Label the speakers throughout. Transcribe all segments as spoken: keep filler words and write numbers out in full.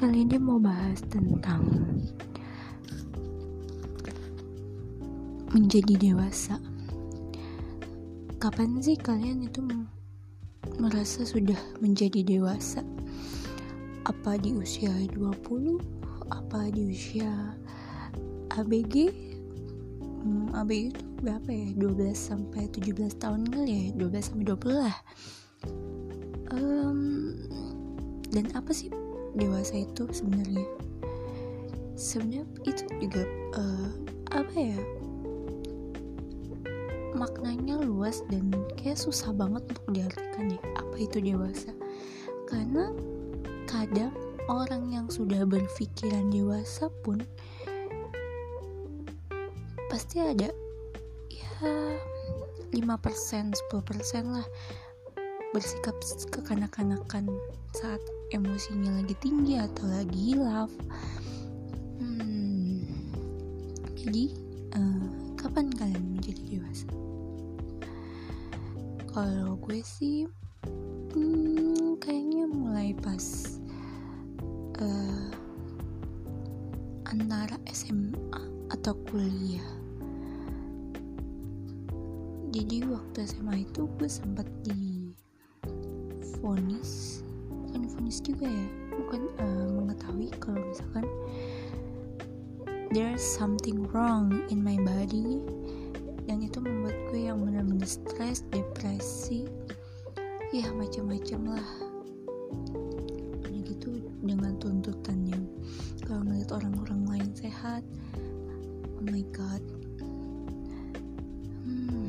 Speaker 1: Kali ini mau bahas tentang menjadi dewasa. Kapan sih kalian itu merasa sudah menjadi dewasa? Apa di usia dua puluh? Apa di usia A B G? Hmm, A B G itu berapa ya? dua belas sampai tujuh belas tahun kali ya? dua belas sampai dua puluh lah. Um, dan apa sih dewasa itu sebenarnya? Sebenarnya itu juga uh, apa ya? Maknanya luas dan kayak susah banget untuk diartikan deh. Apa itu dewasa? Karena kadang orang yang sudah berpikiran dewasa pun pasti ada ya lima persen, sepuluh persen lah bersikap kekanak-kanakan saat emosinya lagi tinggi atau lagi hilaf. Hmm, jadi uh, kapan kalian menjadi dewasa? Kalau gue sih, hmm, kayaknya mulai pas uh, antara S M A atau kuliah. Jadi waktu S M A itu gue sempat di vonis, bukan vonis juga ya, bukan uh, mengetahui kalau misalkan there's something wrong in my body, dan itu membuat gue yang benar-benar stres, depresi, ya macam-macam lah. Udah gitu dengan tuntutannya kalau ngeliat orang-orang lain sehat, oh my god. Hmm.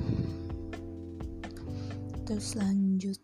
Speaker 1: Terus lanjut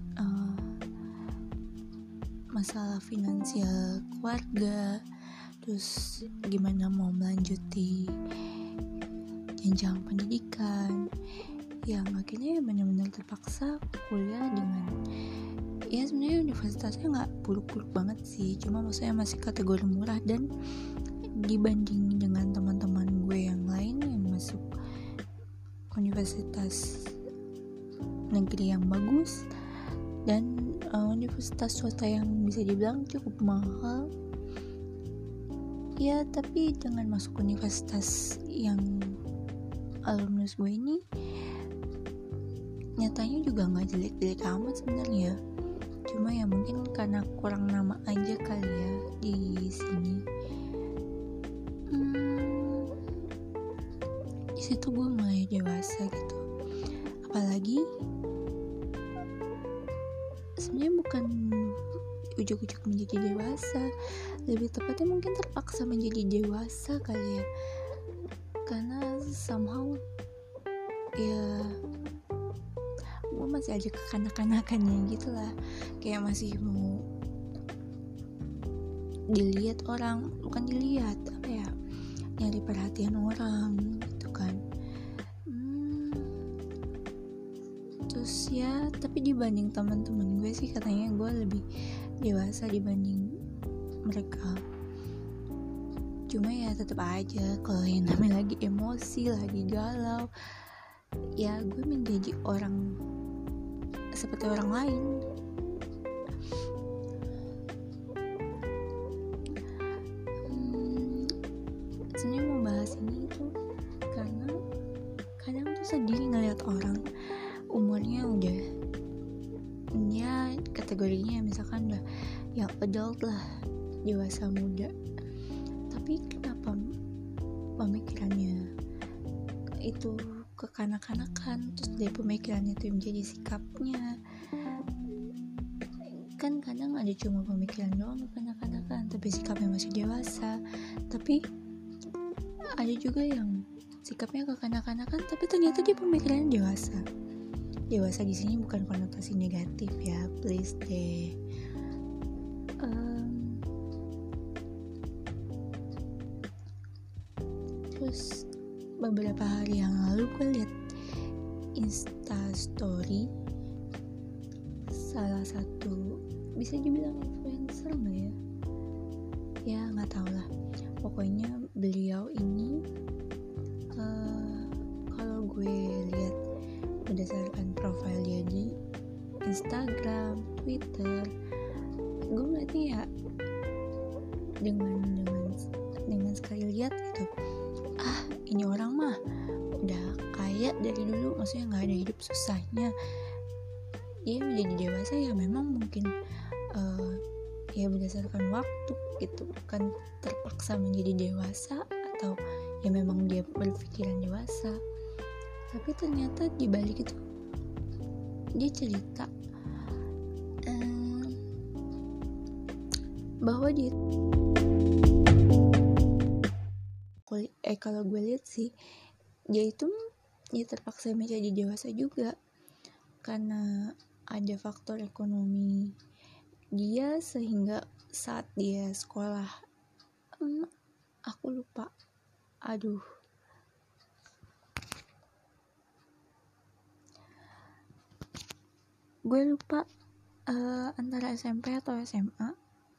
Speaker 1: masalah finansial keluarga, terus gimana mau melanjuti jenjang pendidikan, yang akhirnya benar-benar terpaksa kuliah dengan ya sebenarnya universitasnya nggak buruk-buruk banget sih, cuma maksudnya masih kategori murah, dan dibanding dengan teman-teman gue yang lain yang masuk universitas negeri yang bagus dan uh, universitas swasta yang bisa dibilang cukup mahal ya, tapi dengan masuk universitas yang alumnus gue ini nyatanya juga nggak jelek-jelek amat sebenarnya, cuma ya mungkin karena kurang nama aja kali ya di sini. hmm, di situ gue mulai dewasa gitu, apalagi sebenarnya bukan ujuk-ujuk menjadi dewasa, lebih tepatnya mungkin terpaksa menjadi dewasa kali ya, karena somehow ya gue masih aja kekanak-kanakannya gitu lah, kayak masih mau dilihat orang, bukan dilihat apa ya, nyari perhatian orang gitu kan. Terus ya, tapi dibanding teman-teman gue sih katanya gue lebih dewasa dibanding mereka. Cuma ya tetap aja kalau yang namanya lagi emosi, lagi galau, ya gue menjadi orang seperti orang lain. Hmm, sebenarnya mau bahas ini tuh karena kadang tuh sedih ngeliat orang umurnya udah ya kategorinya misalkan udah yang adult lah, dewasa muda, tapi kenapa pemikirannya itu kekanak-kanakan, terus dari pemikirannya itu menjadi sikapnya. Kan kadang ada cuma pemikiran doang kekanak-kanakan tapi sikapnya masih dewasa, tapi ada juga yang sikapnya kekanak-kanakan tapi ternyata dia pemikirannya dewasa. Dewasa di sini bukan konotasi negatif ya, please deh. Um, terus beberapa hari yang lalu gue liat Insta story salah satu bisa dibilang influencer nggak ya? Ya nggak tahu lah. Pokoknya beliau ini uh, kalau gue lihat berdasarkan profil dia di Instagram, Twitter, gue ngeliatnya ya dengan dengan dengan sekali lihat gitu, ah ini orang mah udah kaya dari dulu, maksudnya nggak ada hidup susahnya. Dia menjadi dewasa ya memang mungkin uh, ya berdasarkan waktu gitu, bukan terpaksa menjadi dewasa atau ya memang dia berpikiran dewasa. Tapi ternyata di balik itu dia cerita um, bahwa dia eh kalau gue lihat sih dia itu dia terpaksa menjadi dewasa juga karena ada faktor ekonomi dia, sehingga saat dia sekolah hmm, aku lupa aduh gue lupa uh, antara S M P atau S M A,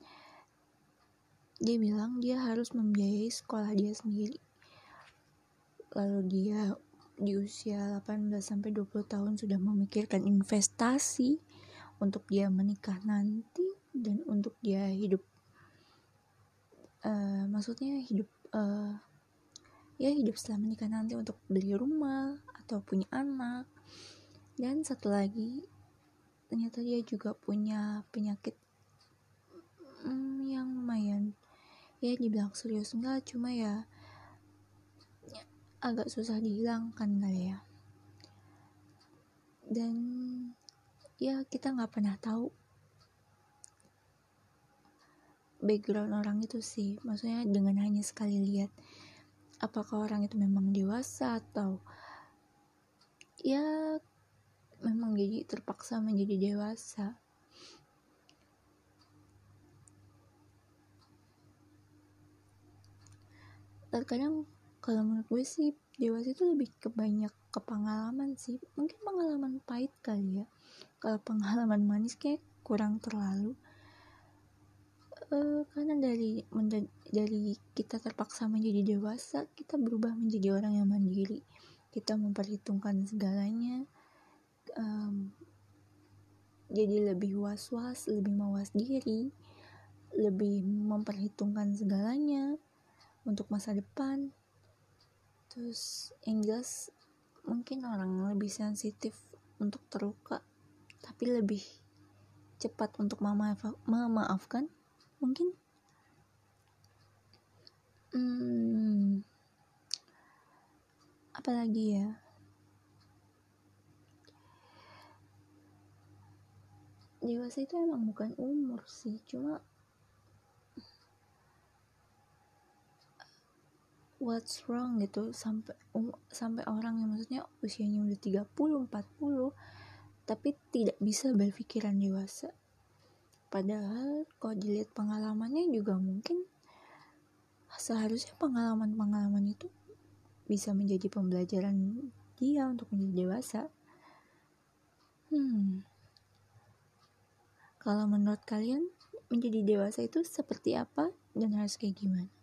Speaker 1: dia bilang dia harus membiayai sekolah dia sendiri. Lalu dia di usia delapan belas sampai dua puluh tahun sudah memikirkan investasi untuk dia menikah nanti dan untuk dia hidup uh, maksudnya hidup uh, ya hidup setelah menikah nanti, untuk beli rumah atau punya anak. Dan satu lagi, ternyata dia juga punya penyakit hmm, yang lumayan ya dibilang serius enggak, cuma ya agak susah dihilangkan kali ya. Dan ya kita nggak pernah tahu background orang itu sih, maksudnya dengan hanya sekali lihat apakah orang itu memang dewasa atau ya memang jadi terpaksa menjadi dewasa. Terkadang kalau menurut gue sih dewasa itu lebih ke banyak ke pengalaman sih, mungkin pengalaman pahit kali ya. Kalau pengalaman manis kayak kurang terlalu uh, karena dari menjadi, dari kita terpaksa menjadi dewasa, kita berubah menjadi orang yang mandiri. Kita memperhitungkan segalanya, um, jadi lebih was-was, lebih mawas diri, lebih memperhitungkan segalanya untuk masa depan. Terus yang jelas mungkin orang lebih sensitif untuk terluka, tapi lebih cepat untuk memaaf- memaafkan mungkin. Hmm, apalagi ya, dewasa itu emang bukan umur sih, cuma what's wrong gitu sampai um, sampai orang yang maksudnya usianya udah tiga puluh, empat puluh tapi tidak bisa berpikiran dewasa. Padahal kalau dilihat pengalamannya juga mungkin seharusnya pengalaman-pengalaman itu bisa menjadi pembelajaran dia untuk menjadi dewasa. Hmm. Kalau menurut kalian menjadi dewasa itu seperti apa dan harus kayak gimana?